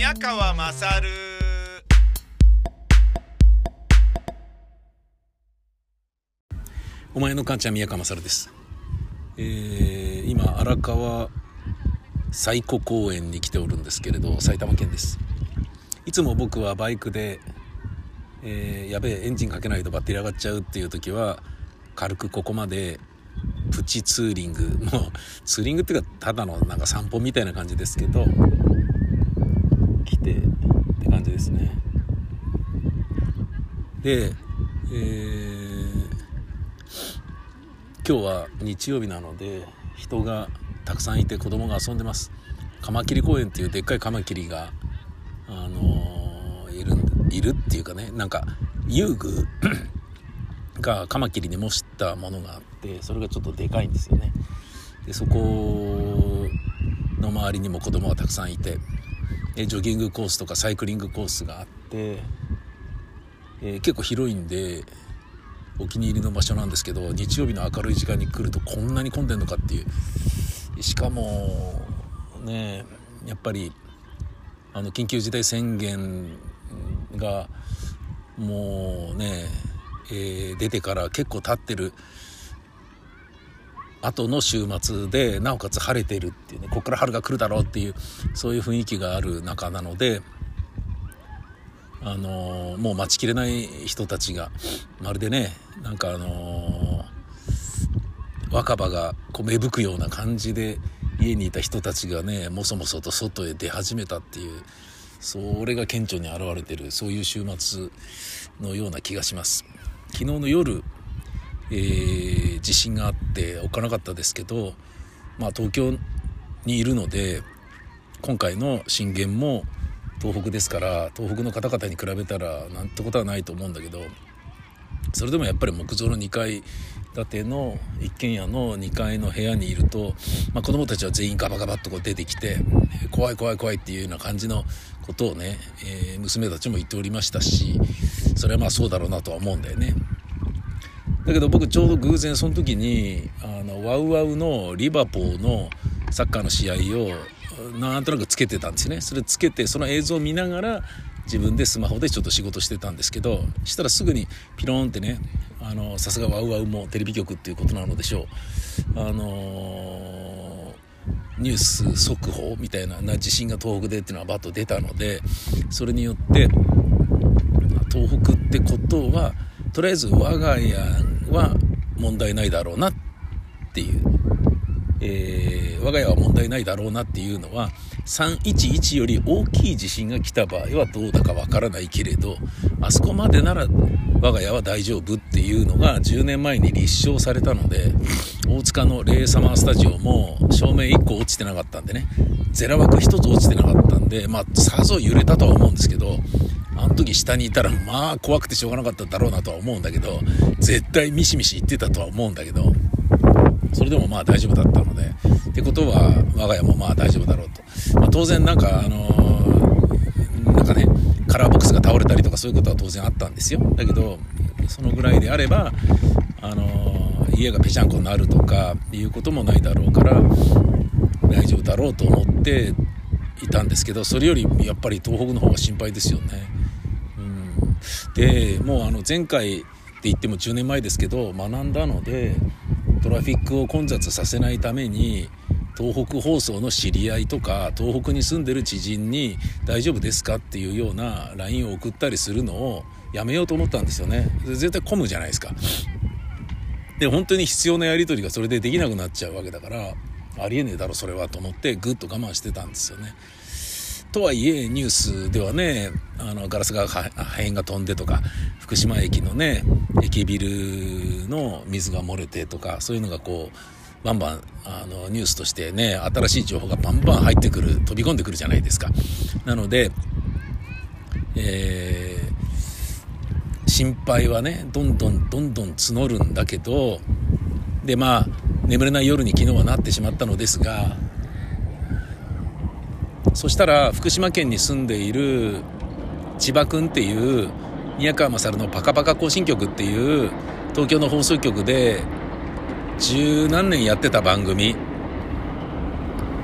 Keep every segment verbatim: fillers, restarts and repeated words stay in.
宮川勝。 お前の母ちゃん宮川勝です。えー、今荒川西湖公園に来ておるんですけれど、埼玉県です。いつも僕はバイクで、えー、やべえエンジンかけないとバッテリー上がっちゃうっていう時は軽くここまでプチツーリング、もうツーリングっていうかただのなんか散歩みたいな感じですけど来てって感じですね。で、えー、今日は日曜日なので人がたくさんいて子供が遊んでます。カマキリ公園っていうでっかいカマキリが、あのー、いるいるっていうかね、なんか遊具がカマキリに模したものがあって、それがちょっとでかいんですよね。でそこの周りにも子供がたくさんいて、ジョギングコースとかサイクリングコースがあって、えー、結構広いんでお気に入りの場所なんですけど、日曜日の明るい時間に来るとこんなに混んでんのかっていう。しかもね、やっぱりあの緊急事態宣言がもうね、えー、出てから結構経ってる後の週末で、なおかつ晴れてるっていうね、ここから春が来るだろうっていうそういう雰囲気がある中なので、あのー、もう待ちきれない人たちがまるでね、なんかあのー、若葉がこう芽吹くような感じで家にいた人たちがね、もそもそと外へ出始めたっていう、それが顕著に現れてる、そういう週末のような気がします。昨日の夜、えー、地震があっておっかなかったですけど、まあ、東京にいるので今回の震源も東北ですから、東北の方々に比べたらなんてことはないと思うんだけど、それでもやっぱり木造のにかい建ての一軒家のにかいの部屋にいると、まあ、子供たちは全員ガバガバっとこう出てきて、怖い怖い怖いっていうような感じのことをね、えー、娘たちも言っておりましたし、それはまあそうだろうなとは思うんだよね。だけど僕ちょうど偶然その時にあのワウワウのリバポーのサッカーの試合をなんとなくつけてたんですね。それつけてその映像を見ながら自分でスマホでちょっと仕事してたんですけど、したらすぐにピローンってね、あのさすがワウワウもテレビ局っていうことなのでしょう、あのー、ニュース速報みたいなな地震が東北でっていうのがバッと出たので、それによって東北ってことはとりあえず我が家は問題ないだろうなっていう、えー、我が家は問題ないだろうなっていうのはさんいちいちより大きい地震が来た場合はどうだかわからないけれど、あそこまでなら我が家は大丈夫っていうのがじゅうねんまえに立証されたので、大塚のレイサマースタジオも照明いっこ落ちてなかったんでね、ゼラ枠ひとつ落ちてなかったんで、まあさぞ揺れたとは思うんですけど、あの時下にいたらまあ怖くてしょうがなかっただろうなとは思うんだけど、絶対ミシミシ言ってたとは思うんだけど、それでもまあ大丈夫だったので、ってことは我が家もまあ大丈夫だろうと、まあ、当然なんかあのー、なんかねカラーボックスが倒れたりとかそういうことは当然あったんですよ。だけどそのぐらいであれば、あのー、家がぺちゃんこになるとかいうこともないだろうから大丈夫だろうと思っていたんですけど、それよりやっぱり東北の方が心配ですよね。うん、でもうあの前回って言ってもじゅうねんまえですけど学んだので、トラフィックを混雑させないために東北放送の知り合いとか東北に住んでる知人に大丈夫ですかっていうような ライン を送ったりするのをやめようと思ったんですよね。絶対混むじゃないですか。で本当に必要なやり取りがそれでできなくなっちゃうわけだから、ありえねえだろそれはと思ってぐっと我慢してたんですよね。とはいえニュースではね、あのガラスが破片が飛んでとか、福島駅のね駅ビルの水が漏れてとか、そういうのがこうバンバンあのニュースとしてね、新しい情報がバンバン入ってくる、飛び込んでくるじゃないですか。なので、えー、心配はねどんどんどんどん募るんだけど、でまあ眠れない夜に昨日はなってしまったのですが、そしたら福島県に住んでいる千葉くんっていう宮川勝のパカパカ行進曲っていう東京の放送局で十何年やってた番組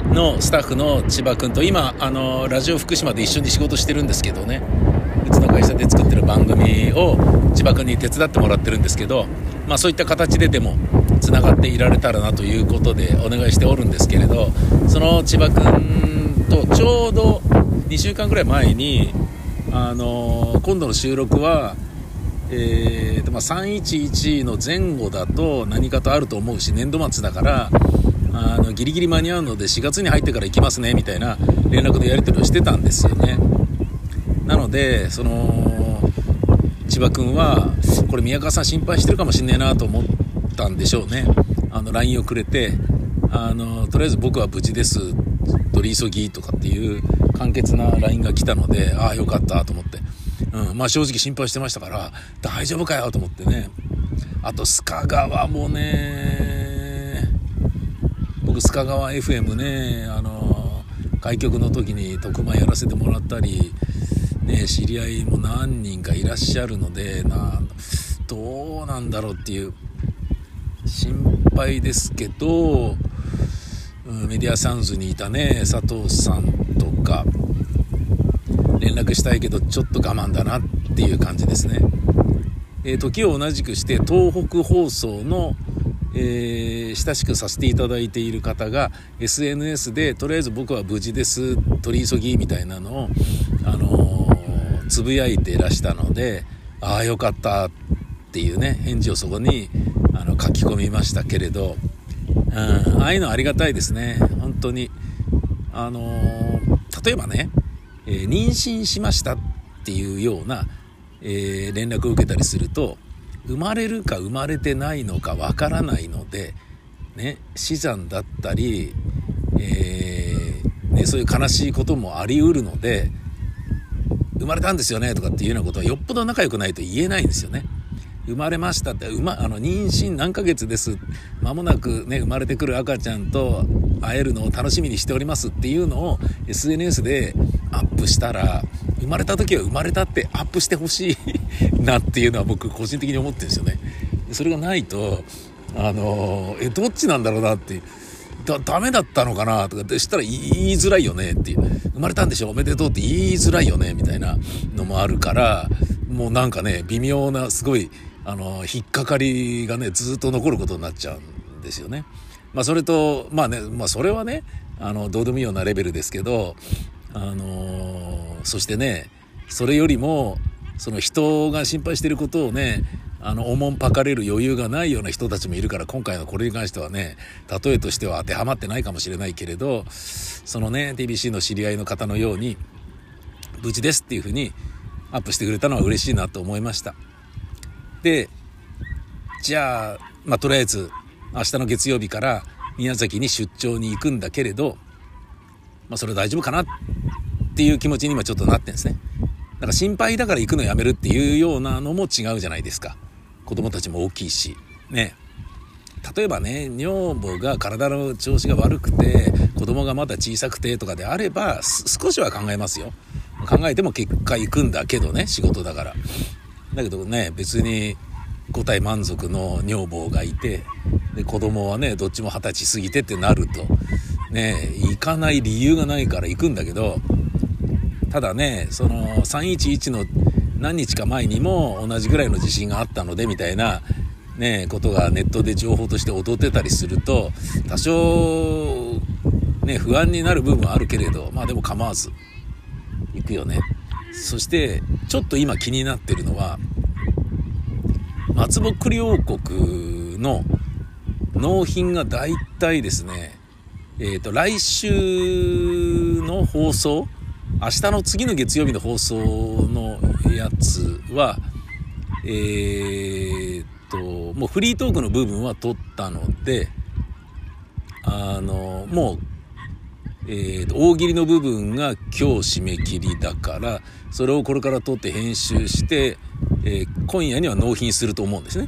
のスタッフの千葉くんと、今あのラジオ福島で一緒に仕事してるんですけどね、うちの会社で作ってる番組を千葉くんに手伝ってもらってるんですけど、まあそういった形ででもつながっていられたらなということでお願いしておるんですけれど、その千葉くんとちょうどにしゅうかんぐらい前に、あの今度の収録はえーとまあ、さんいちいちの前後だと何かとあると思うし、年度末だからあのギリギリ間に合うのでしがつに入ってから行きますねみたいな連絡のやり取りをしてたんですよね。なのでその千葉君はこれ宮川さん心配してるかもしんねえなと思ったんでしょうね。あの ライン をくれて、あのとりあえず僕は無事です取り急ぎとかっていう簡潔な ライン が来たので、ああよかったと思って、うん、まあ正直心配してましたから大丈夫かよと思ってね。あと須賀川もね、僕須賀川 エフエム ね、あの開局の時に特番やらせてもらったりね、知り合いも何人かいらっしゃるので、などうなんだろうっていう心配ですけど、うん、メディアサウンズにいたね佐藤さんとか連絡したいけどちょっと我慢だなっていう感じですね。えー、時を同じくして東北放送の、えー、親しくさせていただいている方が エスエヌエス でとりあえず僕は無事です取り急ぎみたいなのを、あのー、つぶやいていらしたので、ああよかったっていうね返事をそこにあの書き込みましたけれど、うん、ああいうのありがたいですね本当に。あのー、例えばね、えー、妊娠しましたっていうような、えー、連絡を受けたりすると、生まれるか生まれてないのかわからないので、ね、死産だったり、えーね、そういう悲しいこともあり得るので、生まれたんですよねとかっていうようなことはよっぽど仲良くないと言えないんですよね。生まれましたって、ま、あの妊娠何ヶ月です、間もなくね生まれてくる赤ちゃんと会えるのを楽しみにしておりますっていうのを エスエヌエス でアップしたら、生まれた時は生まれたってアップしてほしいなっていうのは僕個人的に思ってるんですよね。それがないとあのえどっちなんだろうなっていう、だダメだったのかなとかってしたら言いづらいよねっていう、生まれたんでしょおめでとうって言いづらいよねみたいなのもあるから、もうなんかね微妙なすごいあの引っかかりがねずっと残ることになっちゃうんですよね。まあそれとまあね、まあそれはねあのどうでもいいようなレベルですけど、あのー、そしてねそれよりもその人が心配していることをねあのおもんぱかれる余裕がないような人たちもいるから、今回のこれに関してはね例えとしては当てはまってないかもしれないけれど、そのね ティービーシー の知り合いの方のように無事ですっていう風にアップしてくれたのは嬉しいなと思いました。でじゃあ、まあ、とりあえず明日の月曜日から宮崎に出張に行くんだけれど、まあ、それ大丈夫かなっていう気持ちに今ちょっとなってんですね。だから心配だから行くのやめるっていうようなのも違うじゃないですか。子供たちも大きいしね。例えばね女房が体の調子が悪くて子供がまだ小さくてとかであれば少しは考えますよ。考えても結果行くんだけどね、仕事だから。だけどね別に五体満足の女房がいて、で子供はねどっちも二十歳過ぎてってなるとね行かない理由がないから行くんだけど、ただねそのさんいちいちの何日か前にも同じぐらいの地震があったのでみたいなねことがネットで情報として踊ってたりすると、多少ね不安になる部分はあるけれど、まあでも構わず行くよね。そしてちょっと今気になってるのは、松ぼっくり王国の納品がだいたいですね、えーと来週の放送、明日の次の月曜日の放送のやつはえーともうフリートークの部分は取ったので、あのもうえーと大喜利の部分が今日締め切りだから、それをこれから撮って編集して、えー、今夜には納品すると思うんですね。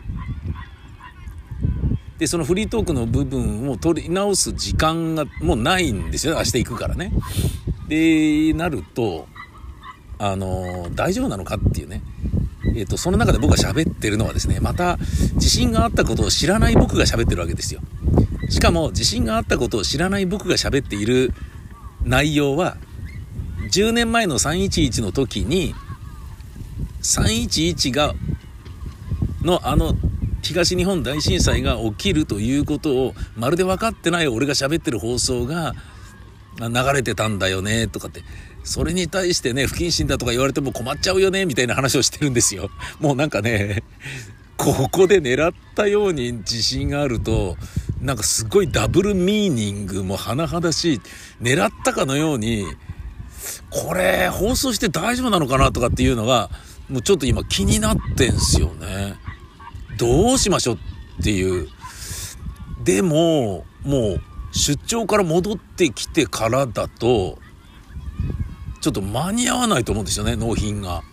でそのフリートークの部分を取り直す時間がもうないんですよ、明日行くからね。でなるとあのー、大丈夫なのかっていうね、えーとその中で僕が喋ってるのはですね、また地震があったことを知らない僕が喋ってるわけですよ。 しかも地震があったことを知らない僕が喋っている内容はじゅうねんまえのさんいちいちの時にさんいちいちがのあの東日本大震災が起きるということをまるで分かってない俺が喋ってる放送が流れてたんだよねとかって、それに対してね不謹慎だとか言われても困っちゃうよねみたいな話をしてるんですよ。もうなんかねここで狙ったように自信があるとなんかすごいダブルミーニングも甚だしい、狙ったかのようにこれ放送して大丈夫なのかなとかっていうのがもうちょっと今気になってんすよね。どうしましょうっていう。でももう出張から戻ってきてからだとちょっと間に合わないと思うんですよね、納品が。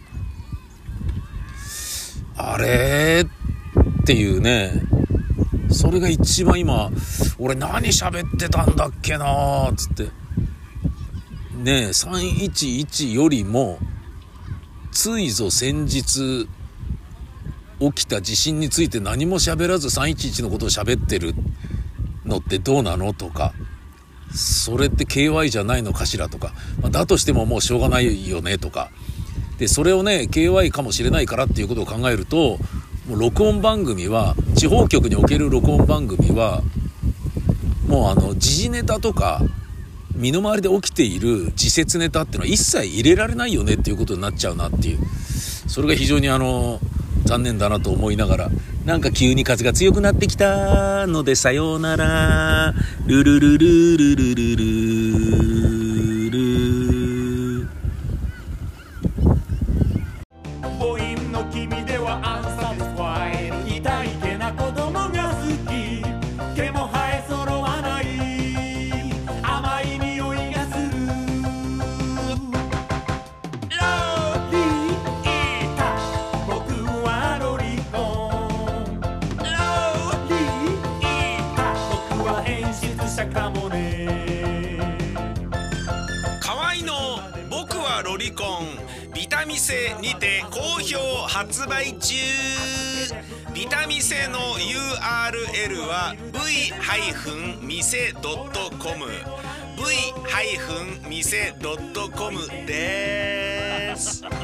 あれっていうね、それが一番今俺何喋ってたんだっけなーつってねえ、さんいちいちよりもついぞ先日起きた地震について何も喋らずさんいちいちのことを喋ってるのってどうなのとか、それって ケーワイ じゃないのかしらとか、まあ、だとしてももうしょうがないよねとかで、それをね ケーワイ かもしれないからっていうことを考えると、もう録音番組は地方局における録音番組はもうあの時事ネタとか身の回りで起きている時節ネタっていうのは一切入れられないよねっていうことになっちゃうなっていう、それが非常にあの残念だなと思いながら、なんか急に風が強くなってきたのでさようならルルルルルルルルル。 母音の君ではアンサティスファイ、痛いけな子供が好き、毛も生え揃わない甘い匂いがする。ロリータ、僕はロリコン。ロリータ、僕は演出者かもね。 河合の僕はロリコンビタミセにて好評発売中。ビタミセの ユーアールエル は ブイ ミセ ドット コム ブイ ミセ ドット コム です。